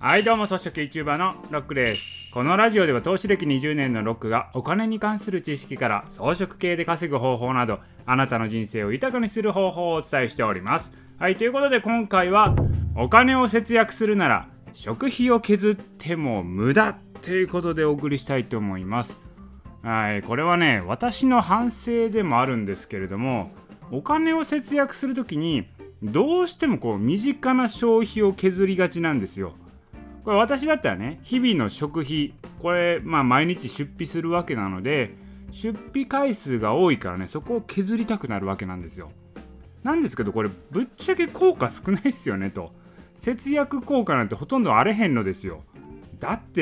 はいどうも、草食 YouTuber のロックです。このラジオでは投資歴20年のロックがお金に関する知識から草食系で稼ぐ方法など、あなたの人生を豊かにする方法をお伝えしております。はい、ということで今回はお金を節約するなら食費を削っても無駄ということでお送りしたいと思います。はい、これはね、私の反省でもあるんですけれども、お金を節約するときにどうしても身近な消費を削りがちなんですよ。これ私だったらね、日々の食費、これ毎日出費するわけなので、出費回数が多いからね、そこを削りたくなるわけなんですよ。なんですけど、これぶっちゃけ効果少ないっすよねと。節約効果なんてほとんどあれへんのですよ。だって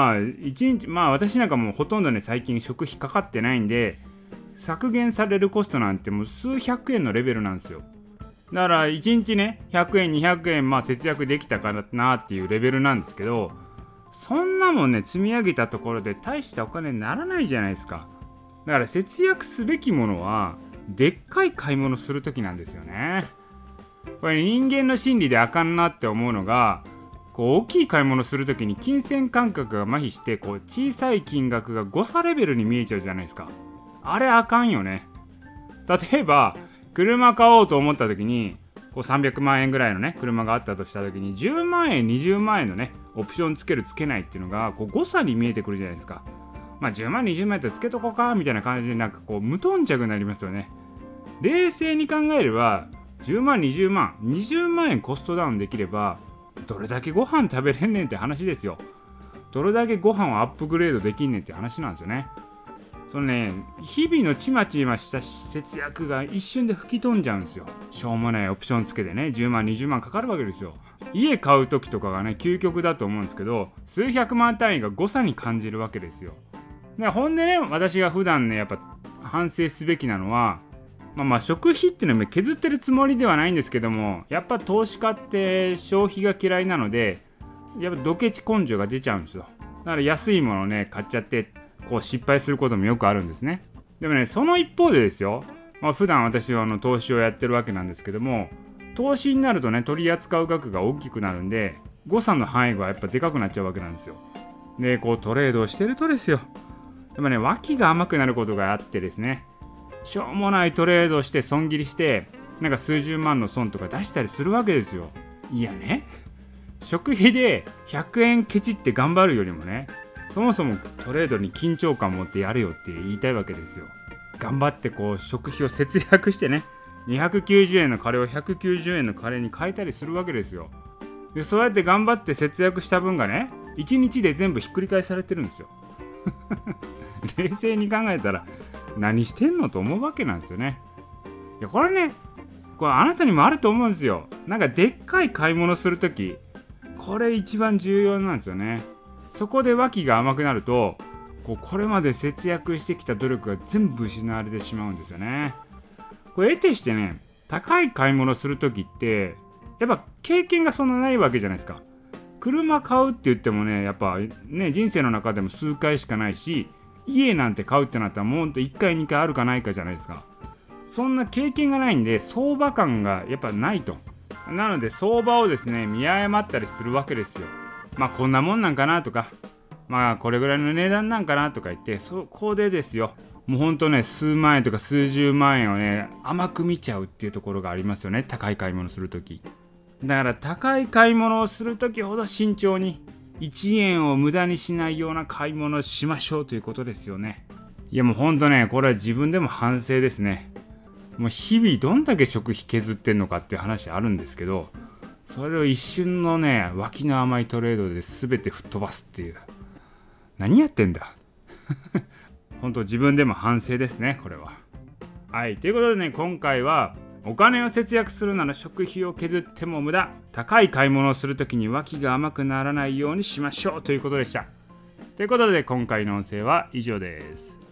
1日私なんかもうほとんどね、最近食費かかってないんで、削減されるコストなんてもう数百円のレベルなんですよ。だから1日ね、100円200円節約できたかなっていうレベルなんですけど、そんなもんね、積み上げたところで大したお金にならないじゃないですか。だから節約すべきものはでっかい買い物するときなんですよね。これ人間の心理であかんなって思うのが、大きい買い物するときに金銭感覚が麻痺して、小さい金額が誤差レベルに見えちゃうじゃないですか。あれあかんよね。例えば車買おうと思った時に300万円ぐらいのね車があったとした時に、10万円20万円のねオプションつけるつけないっていうのが誤差に見えてくるじゃないですか。10万20万円ってつけとこうかみたいな感じで無頓着になりますよね。冷静に考えれば10万20万円コストダウンできればどれだけご飯食べれんねんって話ですよ。どれだけご飯をアップグレードできんねんって話なんですよね。そのね、日々のちまちました節約が一瞬で吹き飛んじゃうんですよ。しょうもないオプションつけてね、10万20万かかるわけですよ。家買う時とかがね、究極だと思うんですけど、数百万単位が誤差に感じるわけですよ。で、ほんでね、私が普段ね、やっぱ反省すべきなのは、食費っていうのは削ってるつもりではないんですけども、やっぱ投資家って消費が嫌いなので、やっぱドケチ根性が出ちゃうんですよ。だから安いものをね、買っちゃって失敗することもよくあるんですね。でもね、その一方でですよ、普段私は投資をやってるわけなんですけども、投資になるとね、取り扱う額が大きくなるんで、誤差の範囲がやっぱでかくなっちゃうわけなんですよ。で、トレードをしてるとですよ、でもね、脇が甘くなることがあってですね、しょうもないトレードをして損切りして、数十万の損とか出したりするわけですよ。いやね、食費で100円ケチって頑張るよりもね、そもそもトレードに緊張感持ってやれよって言いたいわけですよ。頑張って食費を節約してね、290円のカレーを190円のカレーに変えたりするわけですよ。で、そうやって頑張って節約した分がね、1日で全部ひっくり返されてるんですよ。冷静に考えたら何してんのと思うわけなんですよね。いや、これね、あなたにもあると思うんですよ。でっかい買い物するとき、これ一番重要なんですよね。そこで脇が甘くなると、これまで節約してきた努力が全部失われてしまうんですよね。得てしてね、高い買い物するときってやっぱ経験がそんなないわけじゃないですか。車買うって言ってもね、やっぱね、人生の中でも数回しかないし、家なんて買うってなったらもうほんと1回2回あるかないかじゃないですか。そんな経験がないんで、相場感がやっぱないと。なので相場をですね、見誤ったりするわけですよ。こんなもんなんかなとか、これぐらいの値段なんかなとか言って、そこでですよ、もうほんとね、数万円とか数十万円をね、甘く見ちゃうっていうところがありますよね。高い買い物するとき。だから高い買い物をするときほど慎重に1円を無駄にしないような買い物をしましょうということですよね。いや、もうほんとね、これは自分でも反省ですね。もう日々どんだけ食費削ってんのかっていう話あるんですけど、それを一瞬のね、脇の甘いトレードで全て吹っ飛ばすっていう、何やってんだ。本当自分でも反省ですね、これは。はい、ということでね、今回はお金を節約するなら食費を削っても無駄、高い買い物をするときに脇が甘くならないようにしましょうということでした。ということで今回の音声は以上です。